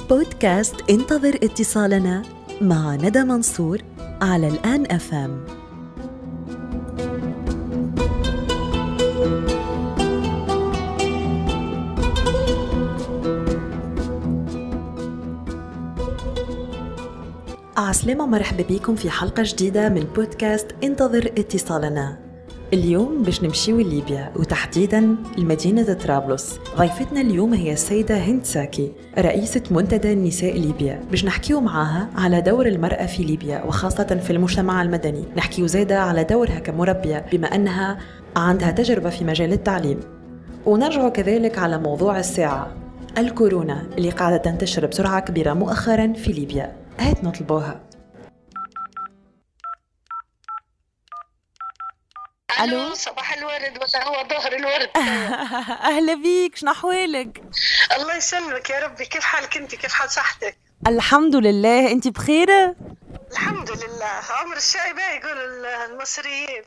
بودكاست انتظر اتصالنا مع ندى منصور على الآن أفهم. عسلامة، مرحبا بكم في حلقة جديدة من بودكاست انتظر اتصالنا. اليوم باش نمشيو لليبيا وتحديدا المدينة طرابلس. ضيفتنا اليوم هي السيدة هند ساكي، رئيسة منتدى نساء ليبيا. باش نحكيو معاها على دور المرأة في ليبيا وخاصة في المجتمع المدني. نحكيو زيادة على دورها كمربية بما أنها عندها تجربة في مجال التعليم، ونرجع كذلك على موضوع الساعة الكورونا اللي قاعدة تنتشر بسرعة كبيرة مؤخرا في ليبيا. هات نطلبوها. الو، صباح الورد ولا هو ظهر الورد؟ اهلا بيك، شنو احوالك؟ الله يسلمك يا ربي. كيف حالك انت؟ كيف حال صحتك؟ الحمد لله، انت بخير؟ الحمد لله. عمر الشايبة يقول المصريين.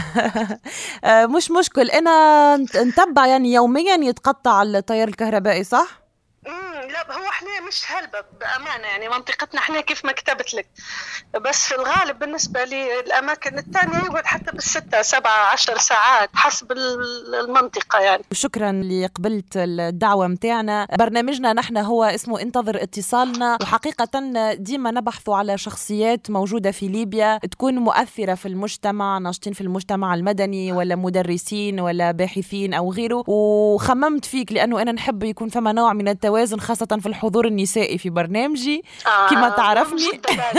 مش مشكل، انا نتبع يعني يوميا يتقطع التيار الكهربائي، صح؟ لا، هو احنا مش هلبة بأمانة، يعني منطقتنا احنا كيف ما كتبت لك، بس في الغالب بالنسبة للأماكن الثانية يقعد حتى بالستة 7-10 ساعات حسب المنطقة يعني. شكرا اللي قبلت الدعوة متاعنا. برنامجنا نحن هو اسمه انتظر اتصالنا، وحقيقة ديما نبحثوا على شخصيات موجودة في ليبيا تكون مؤثرة في المجتمع، ناشطين في المجتمع المدني ولا مدرسين ولا باحثين أو غيره. وخممت فيك لأنه أنا نحب يكون فما نوع من التوازن خاصة في الحضور النسائي في برنامجي. كما تعرفني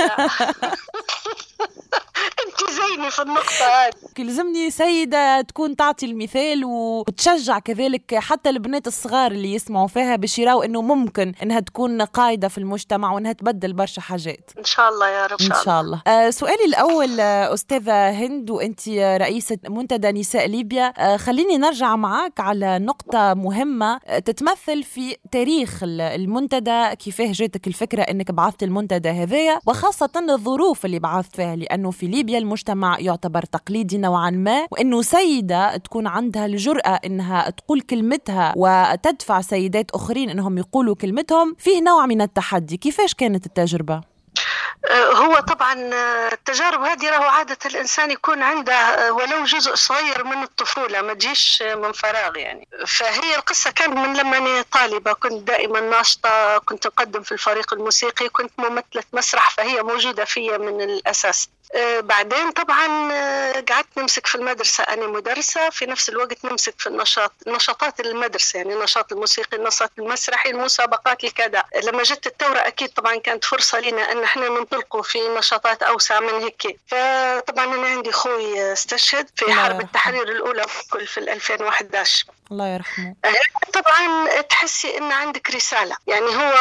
انت زيني في النقطة هذه. لازمني سيدة تكون تعطي المثال وتشجع كذلك حتى البنات الصغار اللي يسمعوا فيها باش يراو انه ممكن انها تكون قايدة في المجتمع وانها تبدل برشا حاجات. ان شاء الله يا رب. ان شاء الله. سؤالي الاول استاذة هند، وانت رئيسة منتدى نساء ليبيا، خليني نرجع معاك على نقطة مهمة تتمثل في تاريخ المنتدى. كيفاه جاتك الفكرة انك بعثت المنتدى هذايا، وخاصة الظروف اللي بعثت فيها، لانه في ليبيا المجتمع يعتبر تقليدي نوعا ما، وانه سيدة تكون عندها الجرأة انها تقول كلمتها وتدفع سيدات اخرين انهم يقولوا كلمتهم، فيه نوع من التحدي. كيفاش كانت التجربة؟ هو طبعا التجارب هذه راهو عادة الإنسان يكون عنده ولو جزء صغير من الطفولة، ما تجيش من فراغ يعني. فهي القصة كانت من لما أنا طالبة، كنت دائما ناشطة، كنت أقدم في الفريق الموسيقي، كنت ممثلة مسرح، فهي موجودة فيها من الأساس. بعدين طبعا قعدت نمسك في المدرسة، أنا مدرسة في نفس الوقت، نمسك في نشاطات المدرسة، يعني النشاط الموسيقي، النشاط المسرحي، المسابقات الكذا. لما جت الثورة أكيد طبعا كانت فرصة لنا أن احنا ننطلقوا في نشاطات أوسع من هيك. فطبعا أنا عندي أخوي استشهد في حرب التحرير الأولى في 2011، الله يرحمه. طبعا تحسي ان عندك رسالة، يعني هو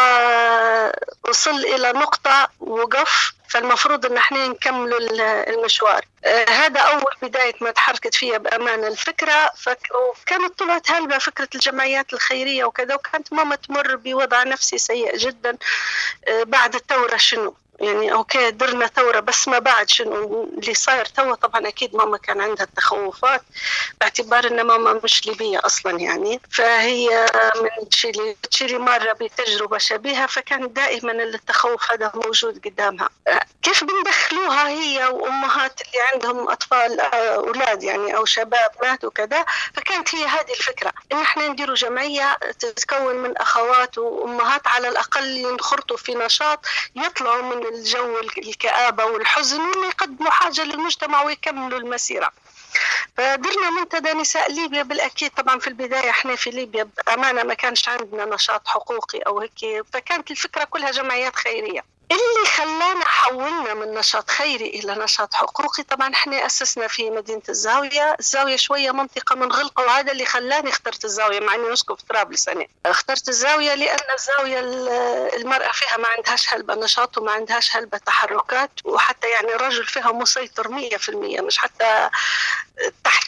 وصل الى نقطة وقف، فالمفروض ان احنا نكملوا المشوار. هذا اول بداية ما تحركت فيها بامانة الفكرة. وكانت طلعت هلبة فكرة الجمعيات الخيرية وكذا، وكانت ماما تمر بوضع نفسي سيء جدا بعد الثورة. شنو يعني اوكي درنا ثورة، بس ما بعد شنو اللي صاير توا؟ طبعا اكيد ماما كان عندها التخوفات باعتبار ان ماما مش ليبية اصلا يعني، فهي من تشيلي مرة بتجربة شبيهة، فكان دائما التخوف هذا موجود قدامها. كيف بندخلوها هي وامهات اللي عندهم اطفال اولاد يعني او شباب ماتوا كذا؟ فكانت هي هذه الفكرة، ان احنا نديروا جمعية تتكون من اخوات وامهات على الاقل ينخرطوا في نشاط، يطلعوا من الجو الكآبة والحزن، ويقدموا حاجة للمجتمع ويكملوا المسيرة. فدرنا منتدى نساء ليبيا. بالأكيد طبعا في البداية احنا في ليبيا بأمانة ما كانش عندنا نشاط حقوقي أو هيك، فكانت الفكرة كلها جمعيات خيرية. اللي خلانا حولنا من نشاط خيري إلى نشاط حقوقي، طبعا احنا أسسنا في مدينة الزاوية شوية منطقة منغلقة، وهذا اللي خلاني اخترت الزاوية مع أني نسكن في طرابلس. أنا اخترت الزاوية لأن الزاوية المرأة فيها ما عندهاش هلبة نشاط وما عندهاش هلبة تحركات، وحتى يعني الرجل فيها مسيطر 100%، مش حتى تحت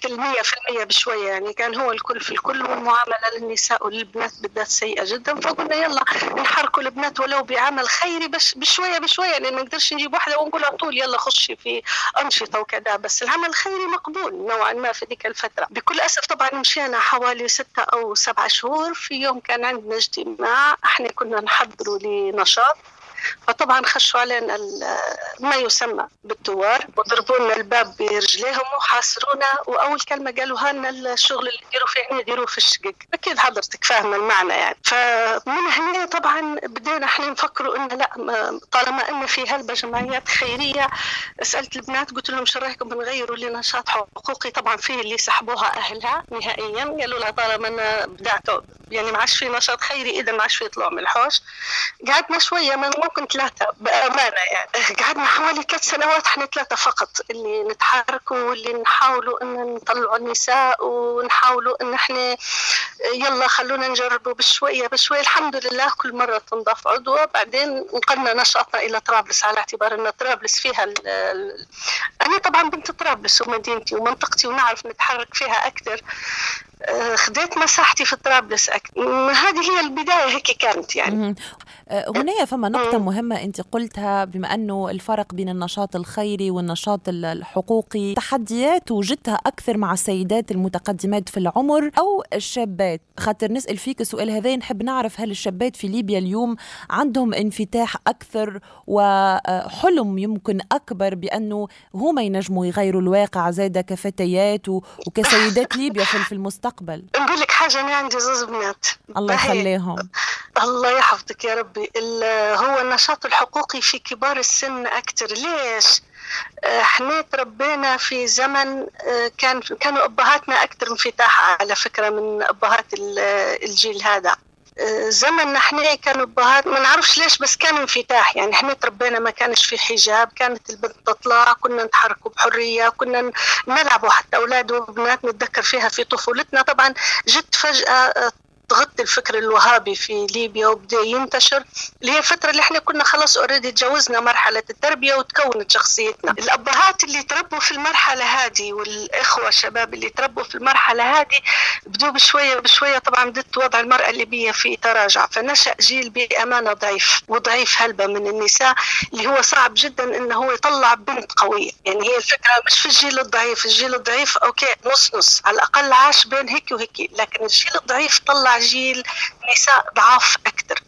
100% بشوية، يعني كان هو الكل في الكل، والمعاملة للنساء وللبنات بالذات سيئة جدا. فقلنا يلا نحركوا البنات ولو بعمل خيري بشوية بشوية، لأن ما نقدرش نجيب واحدة ونقول على طول يلا خشي في أنشطة وكذا. بس العمل الخيري مقبول نوعا ما في ذيك الفترة. بكل أسف طبعا مشينا حوالي 6 أو 7 شهور. في يوم كان عندنا اجتماع، احنا كنا نحضروا لنشاط، فطبعا خشوا علينا ما يسمى بالثوار وضربوا لنا الباب برجليهم وحاصرونا، واول كلمه قالوها لنا الشغل اللي ديروا فيه نديروه في الشقق. اكيد حضرتك فاهمه المعنى يعني. فمن هنا طبعا بدينا احنا نفكروا انه لا، طالما ان في هلبة جمعيات خيريه، سالت البنات قلت لهم شو رايكم بنغيروا لنشاط حقوقي. طبعا فيه اللي سحبوها اهلها نهائيا، قالوا لها طالما انا بدعتوا يعني ما عادش في نشاط خيري اذا ما عادش في يطلعوا من الحوش. قعدنا شويه، ممكن 3 بامانه يعني، قعدنا حوالي 3 سنوات احنا 3 فقط اللي نتحركوا واللي نحاولوا ان نطلعوا النساء، ونحاولوا ان احنا يلا خلونا نجربوا بشويه بشويه. الحمد لله كل مره تنضاف عضوه. بعدين نقلنا نشاطنا الى طرابلس، على اعتبار ان طرابلس فيها انا طبعا بنت طرابلس ومدينتي ومنطقتي ونعرف نتحرك فيها اكثر. خديت مساحتي في طرابلس أكثر. هذه هي البدايه، هيك كانت يعني. هنا فما نقطة مهمة أنت قلتها، بما أنه الفرق بين النشاط الخيري والنشاط الحقوقي، تحديات وجدتها أكثر مع السيدات المتقدمات في العمر أو الشابات. خاطر نسأل فيك السؤال هذا، نحب نعرف هل الشابات في ليبيا اليوم عندهم انفتاح أكثر وحلم يمكن أكبر بأنه هما ينجموا يغيروا الواقع زادة كفتيات وكسيدات ليبيا في المستقبل؟ نقول لك حاجة، أنا عندي 2 بنات الله يخليهم. الله يحفظك يا ربي. هو النشاط الحقوقي في كبار السن أكتر. ليش؟ احنا تربينا في زمن كانوا أبهاتنا أكتر انفتاح على فكرة من أبهات الجيل هذا. زمن احنا كانوا أبهات ما نعرفش ليش بس كان انفتاح، يعني احنا تربينا ما كانش في حجاب، كانت البنت تطلع، كنا نتحركوا بحرية، كنا نلعبوا حتى أولاد وبنات. نتذكر فيها في طفولتنا. طبعا جت فجأة ضغط الفكر الوهابي في ليبيا وبدأ ينتشر، اللي هي الفترة اللي احنا كنا خلاص اوريدي تجاوزنا مرحلة التربية وتكونت شخصيتنا. الأبهات اللي تربوا في المرحلة هذه والإخوة الشباب اللي تربوا في المرحلة هذه بدوا بشوية بشوية. طبعا بدت وضع المرأة الليبية في تراجع، فنشأ جيل بأمانة ضعيف وضعيف هلبة من النساء، اللي هو صعب جدا انه هو يطلع بنت قوية. يعني هي الفكرة مش في الجيل الضعيف. الجيل الضعيف اوكي نص نص على الأقل عاش بين هيك وهيك، لكن الجيل الضعيف طلع جيل نساء ضعاف أكتر.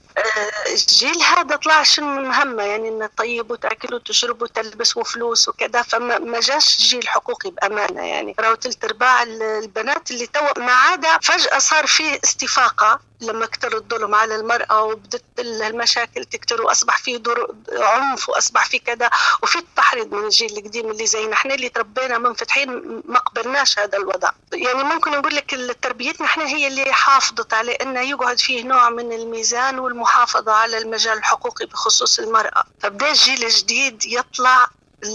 الجيل هذا طلع شنو مهمة، يعني إنه طيب وتأكل وتشرب وتلبس وفلوس وكذا. فما جاش جيل حقوقي بأمانة. يعني راهو 3/4 البنات اللي ما عدا فجأة صار في استفاقة لما كتر الظلم على المرأة وبدت المشاكل تكتر، وأصبح في عنف وأصبح في كذا، وفي التحريض من الجيل القديم اللي زينا احنا اللي تربينا منفتحين ما قبلناش هذا الوضع. يعني ممكن نقول لك تربيتنا احنا هي اللي حافظت على انه يقعد فيه نوع من الميزان والمحافظة على المجال الحقوقي بخصوص المرأة. فبدأ الجيل الجديد يطلع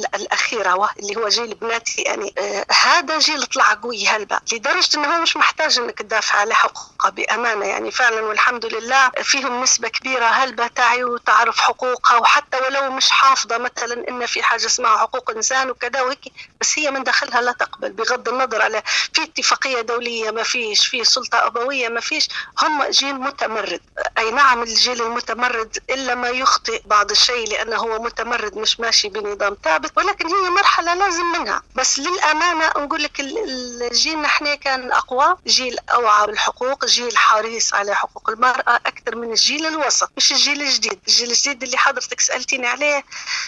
الأخيرة اللي هو جيل بناتي. يعني هذا جيل طلع قوي هلبة لدرجة أنه هو مش محتاج أنك تدافع على حقوقها بأمانة. يعني فعلا والحمد لله فيهم نسبة كبيرة هلبة تعي وتعرف حقوقها، وحتى ولو مش حافظة مثلا إن في حاجة اسمها حقوق إنسان وكذا وهيك، بس هي من داخلها لا تقبل بغض النظر على في اتفاقية دولية ما فيش، في سلطة أبوية ما فيش. هم جيل متمرد. أي نعم الجيل المتمرد إلا ما يخطئ بعض الشيء لأنه هو متمرد مش ماشي بنظام ولكن هي مرحلة لازم منها. بس للأمانة نقول لك الجيل نحن كان أقوى، جيل أوعى بالحقوق، جيل حريص على حقوق المرأة أكثر من الجيل الوسط، مش الجيل الجديد. الجيل الجديد اللي حضرتك سألتيني عليه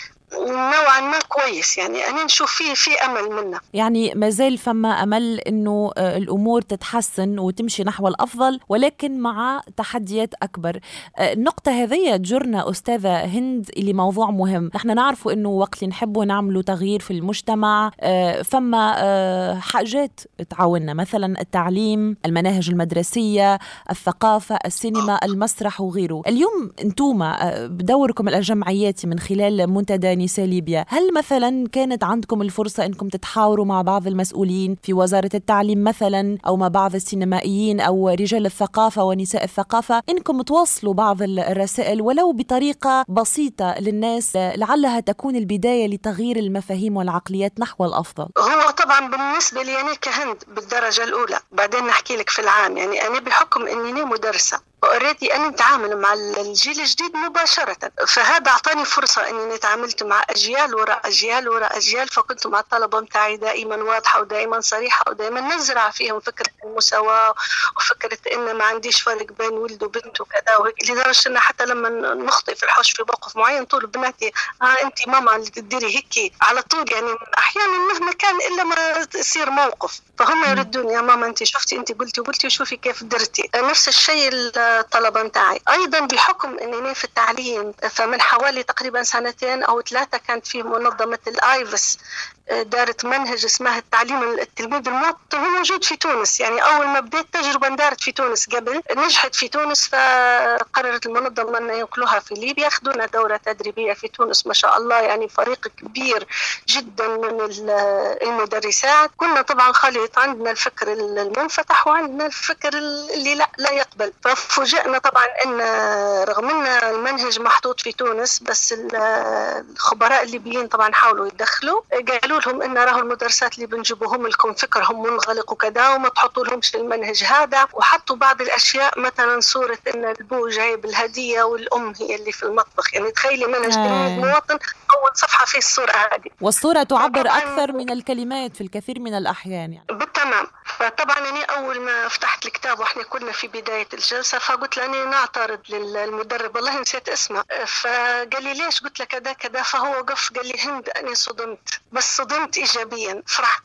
نوعا ما كويس، يعني أنا نشوف في أمل منه. يعني ما زال فما أمل إنه الأمور تتحسن وتمشي نحو الأفضل، ولكن مع تحديات أكبر. النقطة هذه تجرنا أستاذة هند اللي موضوع مهم. نحن نعرفوا إنه وقت نحبوا نعملوا تغيير في المجتمع فما حاجات تعاوننا، مثلا التعليم، المناهج المدرسية، الثقافة، السينما، المسرح وغيره. اليوم أنتم بدوركم الجمعياتي من خلال منتدى نساء ليبيا. هل مثلا كانت عندكم الفرصة أنكم تتحاوروا مع بعض المسؤولين في وزارة التعليم مثلا، أو مع بعض السينمائيين أو رجال الثقافة ونساء الثقافة، إنكم توصلوا بعض الرسائل ولو بطريقة بسيطة للناس لعلها تكون البداية لتغيير المفاهيم والعقليات نحو الأفضل؟ هو طبعا بالنسبة لي أنا كهند بالدرجة الأولى، بعدين نحكي لك في العام. يعني أنا بحكم أنني مدرسة وأريد أن نتعامل مع الجيل الجديد مباشرة، فهذا أعطاني فرصة أني تعاملت مع أجيال وراء أجيال وراء أجيال. فكنت مع الطلبة متاعي دائما واضحة ودائما صريحة ودائما نزرع فيهم فكرة المساواة وفكرة أن ما عنديش فرق بين ولد وبنت وكذا، لدرجة أن حتى لما نخطئ في الحوش في موقف معين طول بناتي أنت ماما اللي تديري هيك على طول. يعني أحيانا مهما كان إلا ما تصير موقف فهم يردون يا ماما أنت شفتي، أنت قلتي وشوفي كيف درتي. نفس الشيء الطلبة متاعي. أيضا بحكم أنني في التعليم، فمن حوالي تقريبا 2 أو 3 كانت في منظمة الآيفس دارت منهج اسمه التلميذ المواطن، هو موجود في تونس. يعني أول ما بديت تجربة دارت في تونس قبل، نجحت في تونس، فقررت المنظمة أن ينقلوها في ليبيا. أخذونا دورة تدريبية في تونس ما شاء الله، يعني فريق كبير جدا من المدرسات. كنا طبعا خليط، عندنا الفكر المنفتح وعندنا الفكر اللي لا يقبل. ففوجئنا طبعا أن رغم أن المنهج محطوط في تونس، بس الخبراء الليبيين طبعا حاولوا يدخلوا، قالوا لهم ان راهو المدرسات اللي بنجيبوهم لكم فكرهم منغلق وكذا وما تحطوا لهمش المنهج هذا. وحطوا بعض الاشياء، مثلا صوره ان البو جايب الهديه والام هي اللي في المطبخ. يعني تخيلي منهج تلميذ مواطن اول صفحه فيه الصوره هذه، والصوره تعبر اكثر من الكلمات في الكثير من الاحيان يعني. بالتمام. فطبعا أنا أول ما فتحت الكتاب وإحنا كنا في بداية الجلسة، فقلت له أنا نعترض للمدرب، والله نسيت اسمه، فقال لي ليش؟ قلت له كذا كذا. فهو وقف قال لي هند أنا صدمت، بس صدمت إيجابيا، فرحت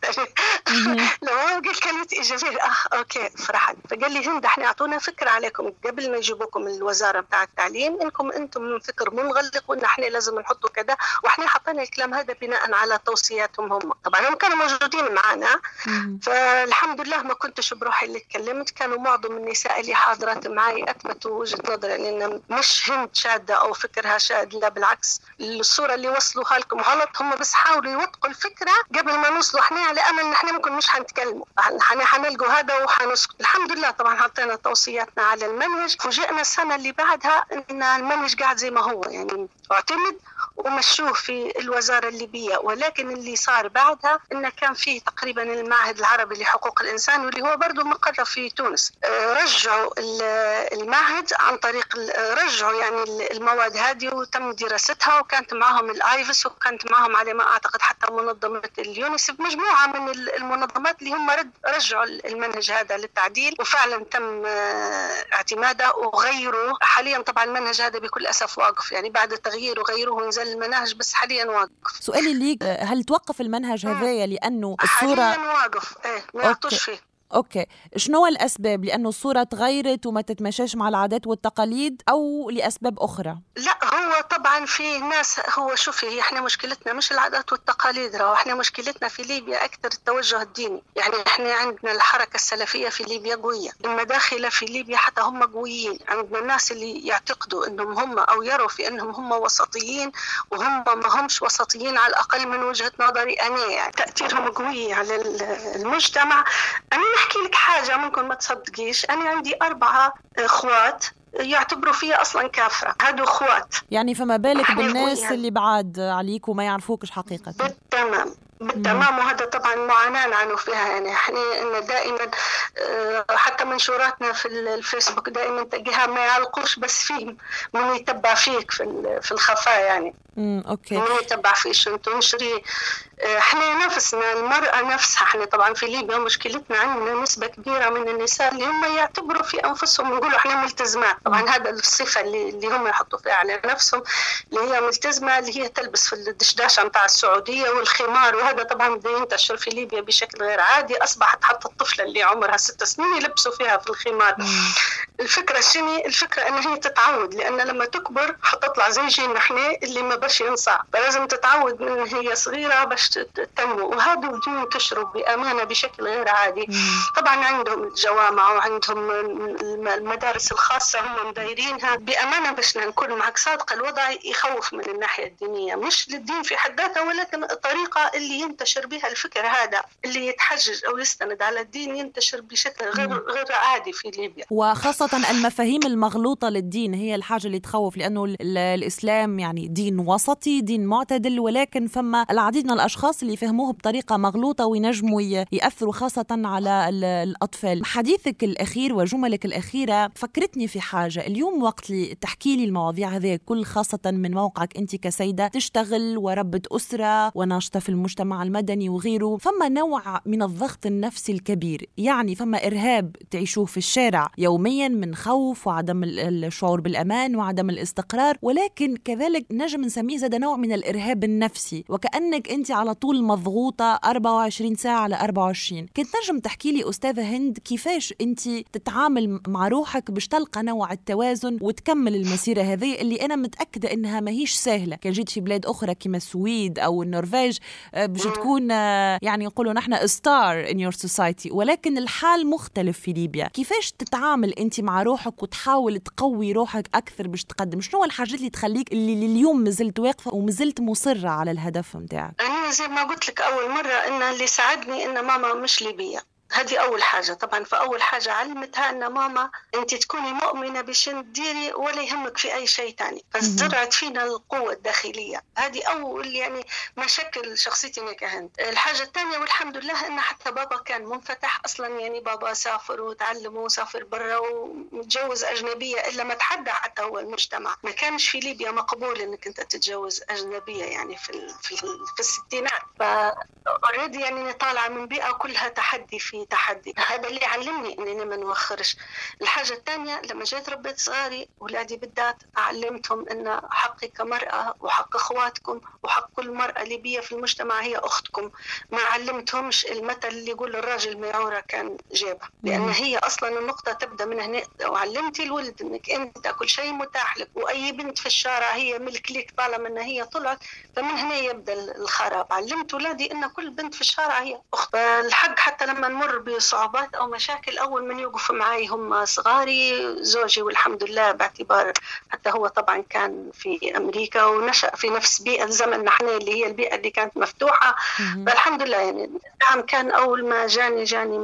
لو هو قال كلمة إيجابية أوكي فرحت. فقال لي هند إحنا أعطونا فكرة عليكم قبل ما يجيبوكم الوزارة بتاع التعليم، إنكم أنتم من فكر منغلق وإن إحنا لازم نحطوا كذا، وإحنا حطينا الكلام هذا بناء على توصياتهم هم. طبعا هم كانوا موجودين معنا، فالحمد لله ما كنتش بروحي اللي تكلمت، كانوا معظم النساء اللي حاضرات معي أثبتوا وجهة نظر، يعني مش هند شادة أو فكرها شاد، لا بالعكس، الصورة اللي وصلوها لكم غلط. هم بس حاولوا يوثقوا الفكرة قبل ما نوصلوا احنا، على أمل ان احنا ممكن مش حنتكلموا، حنلقوا هذا وحنسكت. الحمد لله طبعا حطينا توصياتنا على المنهج. فوجئنا السنة اللي بعدها ان المنهج قاعد زي ما هو، يعني اعتمد ومشوه في الوزارة الليبية. ولكن اللي صار بعدها إنه كان فيه تقريبا المعهد العربي لحقوق الإنسان، واللي هو برضو مقر في تونس، رجعوا المعهد عن طريق رجعوا يعني المواد هذه وتم دراستها، وكانت معهم الآيفس، وكانت معهم على ما أعتقد حتى منظمة اليونيسف، مجموعة من المنظمات اللي هم رجعوا المنهج هذا للتعديل، وفعلا تم اعتماده وغيره. حاليا طبعا المنهج هذا بكل أسف واقف، يعني بعد تغيير وغيره ونزل المناهج، بس حاليا واقف. سؤالي ليك، هل توقف المنهج هذايا لأنه الصورة حاليا واقف؟ ما يعطوش فيه. أوكي، شنو الأسباب؟ لأنه الصورة تغيرت وما تتماشاش مع العادات والتقاليد، أو لأسباب أخرى؟ لا، هو طبعا في ناس، هو شوفي احنا مشكلتنا مش العادات والتقاليد، احنا مشكلتنا في ليبيا أكثر التوجه الديني. يعني احنا عندنا الحركة السلفية في ليبيا قوية، المداخلة في ليبيا حتى هم قويين، عندنا الناس اللي يعتقدوا انهم هم او يروا في انهم هم وسطيين، وهم ما همش وسطيين على الأقل من وجهة نظري أنا. يعني تأثيرهم قوي على المجتمع. أنا نحكي لك حاجة ممكن ما تصدقيش، أنا عندي 4 إخوات يعتبروا فيها أصلا كافرة، هادو إخوات. يعني فما بالك بالناس اللي بعاد عليك وما يعرفوكش حقيقة. بالتمام. وهذا طبعا معاناة نعانوا فيها. يعني احنا دائما حتى منشوراتنا في الفيسبوك دائما تلاقيها ما يعلقوش بس فيهم من يتبع فيك في الخفاء. يعني اوكي، من يتبع فيش تنشري. احنا نفسنا المرأة نفسها، احنا طبعا في ليبيا مشكلتنا عندنا نسبة كبيرة من النساء اللي هم يعتبروا في أنفسهم، نقولوا احنا ملتزمات. طبعا هذا الصفة اللي هم يحطوا فيها على نفسهم، اللي هي ملتزمة، اللي هي تلبس في الدشداشة متاع السعودية والخمار، وهذا هذا طبعا بده ينتشر في ليبيا بشكل غير عادي. أصبحت حتى الطفلة اللي عمرها 6 سنين يلبسوا فيها في الخمار. الفكرة شنو؟ الفكرة أن هي تتعود، لأن لما تكبر حتطلع زي جيلنا إحنا اللي ما باش ينصع، فلازم تتعود من هي صغيرة باش تنمو. وهذا بدون ينتشروا بأمانة بشكل غير عادي. طبعا عندهم الجوامع وعندهم المدارس الخاصة هم مدايرينها بأمانة. باش نكون معك صادقة، الوضع يخوف من الناحية الدينية، مش للدين في حد ذاته، ولكن الطريقة اللي ينتشر بها الفكر هذا اللي يتحجج أو يستند على الدين ينتشر بشكل غير عادي في ليبيا. وخاصة المفاهيم المغلوطة للدين هي الحاجة اللي تخوف، لأنه الإسلام يعني دين وسطي، دين معتدل، ولكن فما العديد من الأشخاص اللي فهموه بطريقة مغلوطة وينجموا يأثروا خاصة على الأطفال. حديثك الأخير وجملك الأخيرة فكرتني في حاجة. اليوم وقت اللي تحكي لي المواضيع هذه كل، خاصة من موقعك أنت كسيدة تشتغل وربة أسرة وناشطة في المجتمع المدني وغيره، فما نوع من الضغط النفسي الكبير، يعني فما إرهاب تعيشوه في الشارع يوميا من خوف وعدم الشعور بالأمان وعدم الاستقرار، ولكن كذلك نجم نسميه زاد نوع من الإرهاب النفسي، وكأنك أنت على طول مضغوطة 24 ساعة على 24. كنت نجم تحكي لي أستاذة هند كيفاش أنت تتعامل مع روحك باش تلقى نوع التوازن وتكمل المسيرة هذه اللي أنا متأكدة إنها ماهيش سهلة؟ كان جيت في بلاد أخرى كما السويد أو النرويج باش تكون يعني يقولوا نحن ستار in your society، ولكن الحال مختلف في ليبيا. كيفاش تتعامل أنت مع روحك وتحاول تقوي روحك أكثر باش تقدم؟ شنو الحاجات اللي تخليك اللي اليوم مازلت واقفة ومازلت مصرة على الهدف متاعك؟ أنا زي ما قلت لك أول مرة إن اللي ساعدني إن ماما مش ليبية، هذه أول حاجة. طبعا فأول حاجة علمتها أن ماما أنت تكوني مؤمنة باش تديري ولا يهمك في أي شيء تاني، فزرعت فينا القوة الداخلية. هذه أول يعني مشاكل شخصيتي كهند. الحاجة الثانية والحمد لله أن حتى بابا كان منفتح أصلا، يعني بابا سافر وتعلم وسافر برا ومتجوز أجنبية، إلا ما تحدى حتى هو المجتمع. ما كانش في ليبيا مقبول أنك أنت تتجوز أجنبية يعني في الستينات. فأريد يعني طالعة من بيئة كلها تحدي في تحدي. هذا اللي علمني انني ما نوخرش. الحاجه الثانيه لما جيت ربيت صغاري ولادي بالذات علمتهم ان حقي كمراه وحق اخواتكم وحق كل مراه ليبيه في المجتمع هي اختكم. ما علمتهمش المثل اللي يقول الراجل ميعوره كان جابه، لان هي اصلا النقطه تبدا من هنا. وعلمتي الولد انك انت كل شيء متاح لك، واي بنت في الشارع هي ملك ليك طالما ان هي طلعت، فمن هنا يبدا الخراب. علمت ولادي ان كل بنت في الشارع هي اخت. الحق حتى لما نمر بصعوبات أو مشاكل أول من يوقف معي هم صغاري، زوجي والحمد لله، باعتبار حتى هو طبعا كان في أمريكا ونشأ في نفس بيئة زمن نحن اللي هي البيئة اللي كانت مفتوحة. فالحمد لله يعني الدعم كان أول ما جاني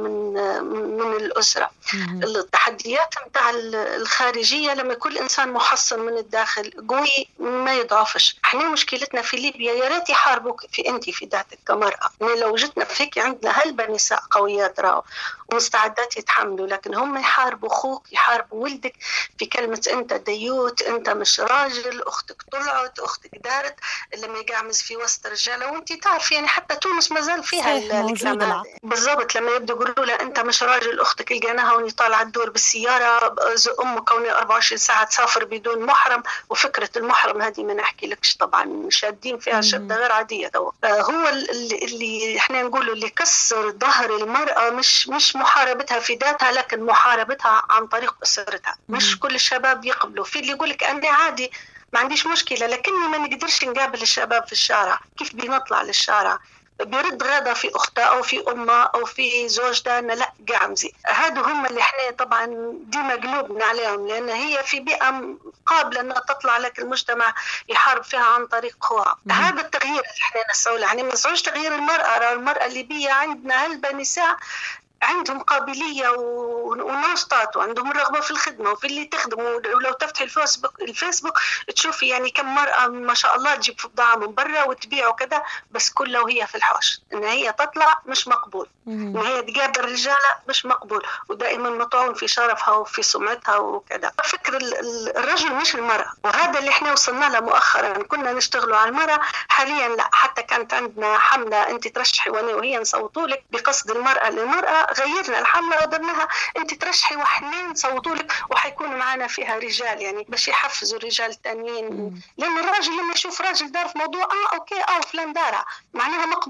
من الأسرة. التحديات متاع الخارجية لما كل إنسان محصن من الداخل قوي ما يضعفش. احنا مشكلتنا في ليبيا يا ريت يحاربوك في ذاتك كمرأة. لو جتنا فيك عندنا هلبة نساء قويات راو ومستعدات يتحملوا، لكن هم يحاربوا اخوك، يحاربوا ولدك في كلمة انت ديوت، انت مش راجل، اختك طلعت، اختك دارت، لما يقعمز في وسط رجاله. وانت تعرف يعني حتى تونس ما زال فيها الكلام هذا بالضبط. لما يبدو يقولوا له انت مش راجل، اختك لقيناها وني طالعه تدور بالسياره، امك وني 24 ساعه تسافر بدون محرم. وفكره المحرم هذه ما نحكي لكش طبعا شادين فيها شده غير عاديه. هو اللي احنا نقوله اللي كسر ظهر المرأة مش محاربتها في ذاتها، لكن محاربتها عن طريق أسرتها. مش كل الشباب يقبلوا في اللي يقولك أنا عادي ما عنديش مشكلة، لكني ما نقدرش نقابل الشباب في الشارع. كيف بنطلع للشارع؟ بيرد غدا في أخته أو في أمه أو في زوجته أن لا قعمزي. هادو هم اللي احنا طبعا ديما قلوبنا عليهم، لأن هي في بيئة قابلة أنها تطلع لك المجتمع يحارب فيها عن طريق قوى. هذا التغيير اللي احنا نسعوله. يعني ما نسعوش تغيير المرأة الليبية. عندنا هلبة نساء عندهم قابلية ونشاطات وعندهم الرغبة في الخدمة وفي اللي تخدموا. ولو تفتحي الفيسبوك تشوفي يعني كم مرأة ما شاء الله تجيب في بضاعة من برا وتبيع وكذا، بس كلها وهي في الحوش. إن هي تطلع مش مقبول، إن هي تقابل رجالة مش مقبول، ودائما مطعون في شرفها وفي سمعتها وكذا. فكر الرجل مش المرأة، وهذا اللي احنا وصلنا له مؤخرا. كنا نشتغلوا على المرأة، حاليا لا. حتى كانت عندنا حملة أنت ترشحي وانا وهي نصوتوا لك بقصد المرأة للمرأة. غيرنا الحملة ودرناها انت ترشحي واحنا نصوتوا لك، وحيكون معنا فيها رجال يعني باش يحفزوا الرجال التانيين. لأن الراجل لما يشوف راجل دار في موضوع اوكي فلان دارها معناها مقبولة.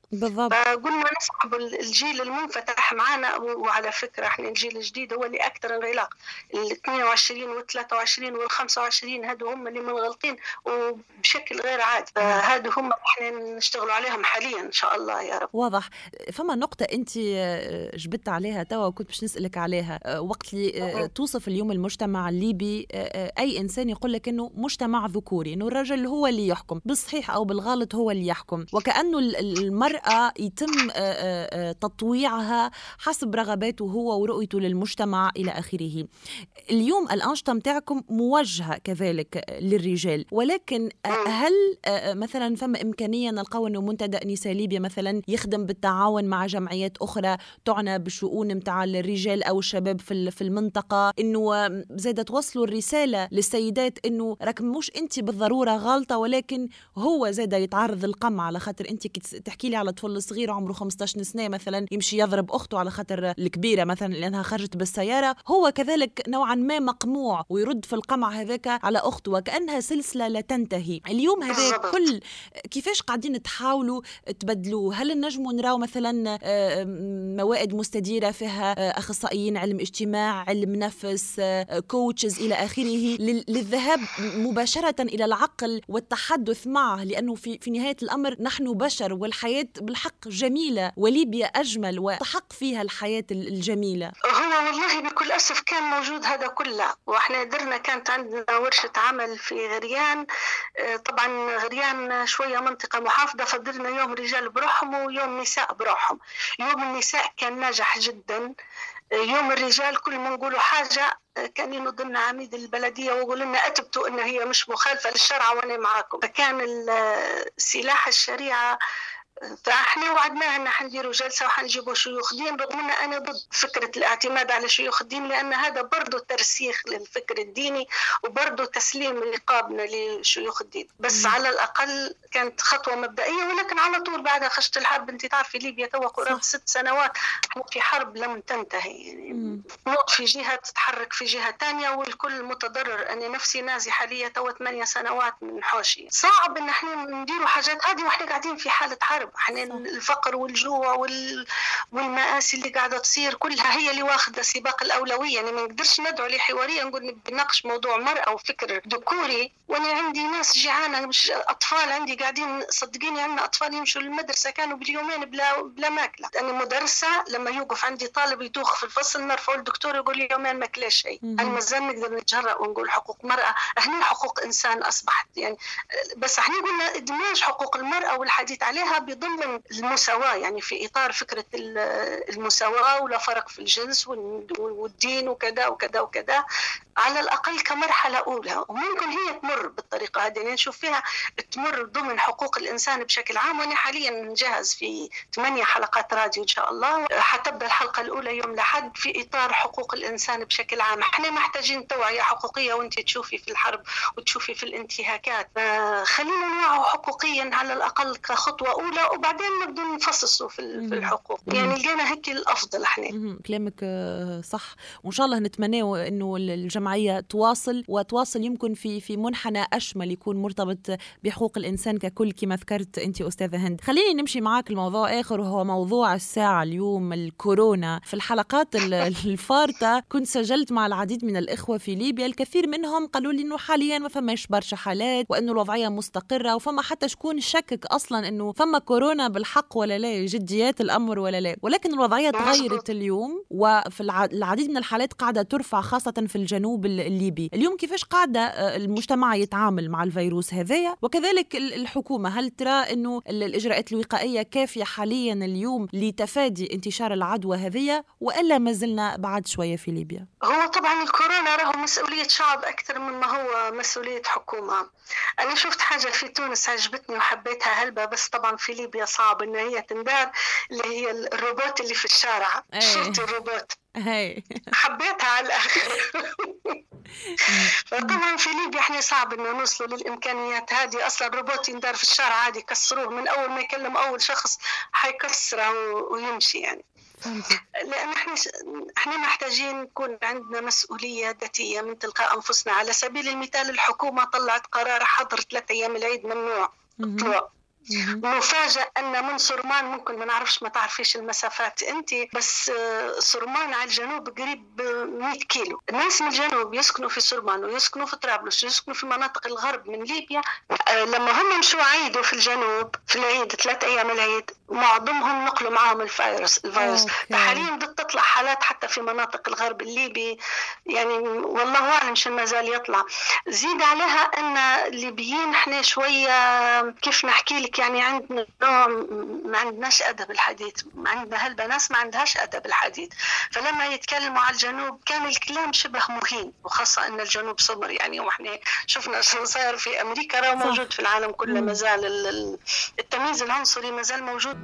بالضبط. فقلنا نسحب الجيل المنفتح معنا. وعلى فكرة احنا الجيل الجديد هو اللي أكثر انغلاق، ال 22 وال 23 وال 25 هادو هم اللي منغلطين وبشكل غير عادي. فهادو هم احنا نشتغلوا عليهم حاليا إن شاء الله يا رب. واضح. فما نقطة أنت جبت عليها توا وكنت باش نسألك عليها، وقت اللي توصف اليوم المجتمع الليبي، أي إنسان يقول لك إنه مجتمع ذكوري، إنه الرجل هو اللي يحكم، بالصحيح أو بالغلط هو اللي يحكم، وكأنه المرأة يتم تطويعها حسب رغباته هو ورؤيته للمجتمع إلى آخره. اليوم الأنشطة متاعكم موجهة كذلك للرجال، ولكن هل مثلا فما إمكانية نلقاو أنه منتدى نساء ليبيا مثلا يخدم بالتعاون مع جمعيات أخرى تعنى بالشؤون متاع الرجال أو الشباب في المنطقة، أنه زادة توصلوا الرسالة للسيدات أنه راك مش أنت بالضرورة غالطة، ولكن هو زادة يتعرض القمع، على خاطر أنت تحكي لي على طفل صغير عمره 15 سنة مثلا يمشي يضرب أخته على خاطر الكبيرة مثلا لأنها خرجت بالسيارة، هو كذلك نوعا ما مقموع ويرد في القمع هذاك على أخته، وكأنها سلسلة لا تنتهي. اليوم هذا كل كيفاش قاعدين تحاولوا تبدلوه؟ هل نجموا نراو مثلا موائد مستديرة فيها أخصائيين علم اجتماع، علم نفس، كوتشز إلى آخره، للذهاب مباشرة إلى العقل والتحدث معه، لأنه في نهاية الأمر نحن بشر والحياة بالحق جميلة وليبيا أجمل وتحق فيها الحياة الجميلة. هو والله بكل أسف كان موجود هذا كله، وإحنا درنا كانت عندنا ورشة عمل في غريان. طبعا غريان شوية منطقة محافظة، فدرنا يوم رجال بروحهم ويوم نساء بروحهم. يوم النساء كان ناجح جدا. يوم الرجال كل ما نقولوا حاجة كان ينضمنا عميد البلدية ويقول لنا أثبتوا أن هي مش مخالفة للشرع وأنا معاكم. فكان سلاح الشريعة. فاحنا وعدناها ان حنديروا جلسه وحنجيبوا شيوخ دين، رغم ان انا ضد فكره الاعتماد على شيوخ الدين، لان هذا برضه ترسيخ للفكر الديني وبرضه تسليم رقابنا لشيوخ الدين. بس على الاقل كانت خطوه مبدئيه، ولكن على طول بعدها خشت الحرب. انت تعرفي ليبيا توا قرابه 6 سنوات احنا في حرب لم تنتهي، يعني نوض في جهه تتحرك في جهه ثانيه والكل متضرر. انا نفسي نازحه لي توا 8 سنوات من حوشي. صعب ان احنا نديروا حاجات هذه واحنا قاعدين في حاله حرب. احنا الفقر والجوع والمآسي اللي قاعدة تصير كلها هي اللي واخدة سباق الأولوية. يعني ما نقدرش ندعو لحوارية نقول نناقش موضوع مرأة وفكر ذكوري وانا عندي ناس جيعانة، مش أطفال عندي قاعدين، صدقيني عندنا أطفال يمشوا للمدرسة كانوا باليومين بلا ماكلة. أنا مدرسة لما يوقف عندي طالب يدوخ في الفصل نرفعه الدكتور يقول لي يومين ما كلاش شيء. المازال نقدر نتجرأ ونقول حقوق مرأة، هني حقوق إنسان أصبحت يعني. بس احنا قلنا إدماج حقوق المرأة والحديث عليها بضمن المساواة، يعني في إطار فكرة المساواة ولا فرق في الجنس والدين وكذا وكذا وكذا، على الأقل كمرحلة أولى. وممكن هي تمر بالطريقة هذه، يعني نشوف فيها تمر ضمن حقوق الإنسان بشكل عام. وأنا حاليا نجهز في 8 حلقات راديو إن شاء الله، حتبدأ الحلقة الأولى يوم الأحد في إطار حقوق الإنسان بشكل عام. احنا محتاجين توعية حقوقية، وانت تشوفي في الحرب وتشوفي في الانتهاكات. خلينا نوعوا حقوقيا على الأقل كخطوة أولى، وبعدين نبدأ نفصصوا في الحقوق. يعني لقينا هيك الأفضل. احنا كلامك صح، وإن شاء الله نتمنى إنه الجمعية تواصل يمكن في منحنى أشمل يكون مرتبط بحقوق الإنسان ككل كما ذكرت أنت أستاذة هند. خليني نمشي معاك الموضوع آخر، وهو موضوع الساعة اليوم، الكورونا. في الحلقات الفارطة كنت سجلت مع العديد من الإخوة في ليبيا، الكثير منهم قالوا لي إنه حاليا ما فماش برشا حالات وإنه الوضعية مستقرة، وفما حتى شكون شكك أصلا إنه فما كورونا بالحق ولا لا، جديات الأمر ولا لا. ولكن الوضعية تغيرت اليوم، وفي العديد من الحالات قاعدة ترفع خاصة في الجنوب الليبي. اليوم كيفاش قاعدة المجتمع يتعامل مع الفيروس هذايا، وكذلك الحكومة؟ هل ترى أنه الإجراءات الوقائية كافية حاليا اليوم لتفادي انتشار العدوى هذية، وإلا ما زلنا بعد شوية في ليبيا؟ هو طبعا الكورونا راهو مسؤولية شعب أكثر مما هو مسؤولية حكومة. أنا شفت حاجة في تونس عجبتني وحبيتها هلبة، بس طبعا في ليبيا صعب إن هي تندار، اللي هي الروبوت اللي في الشارع. شفت الروبوت؟ حبيتها على الآخر. فطبعا في ليبيا احنا صعب انه نوصلوا للامكانيات هذه. اصلا الروبوت يندار في الشارع عادي، يكسروه من اول ما يكلم اول شخص حيكسره ويمشي يعني. لان احنا محتاجين يكون عندنا مسؤوليه ذاتيه من تلقاء انفسنا. على سبيل المثال الحكومه طلعت قرار حظر 3 أيام العيد ممنوع الطلوع مفاجأ أن من سرمان، ممكن ما نعرفش، ما تعرفيش المسافات أنت، بس سرمان على الجنوب قريب 100 كيلو. الناس من الجنوب يسكنوا في سرمان ويسكنوا في طرابلس ويسكنوا في مناطق الغرب من ليبيا. لما هم مشوا عيدوا في الجنوب في العيد 3 أيام العيد، معظمهم نقلوا معهم الفيروس. فحاليا بدأت تطلع حالات حتى في مناطق الغرب الليبي، يعني والله أعلم شو ما زال يطلع. زيد عليها أن الليبيين احنا شوية كيف نحكي لك، يعني عندنا نوع ما عندناش أدب الحديث، عندنا هالبناس ما عندهاش أدب الحديث، فلما يتكلموا على الجنوب كان الكلام شبه مهين، وخاصة أن الجنوب صبر يعني، وإحنا شفنا شو صار في أمريكا راه موجود في العالم كله، ما زال التمييز العنصري ما زال موجود.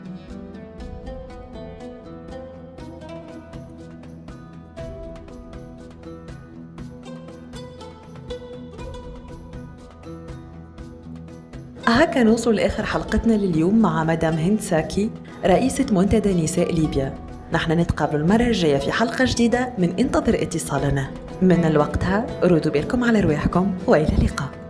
هكا نوصل لآخر حلقتنا لليوم مع مدام هند ساكي، رئيسة منتدى نساء ليبيا. نحن نتقابل المرة الجاية في حلقة جديدة من انتظر اتصالنا. من وقتها ردوا بالكم على رواحكم، وإلى اللقاء.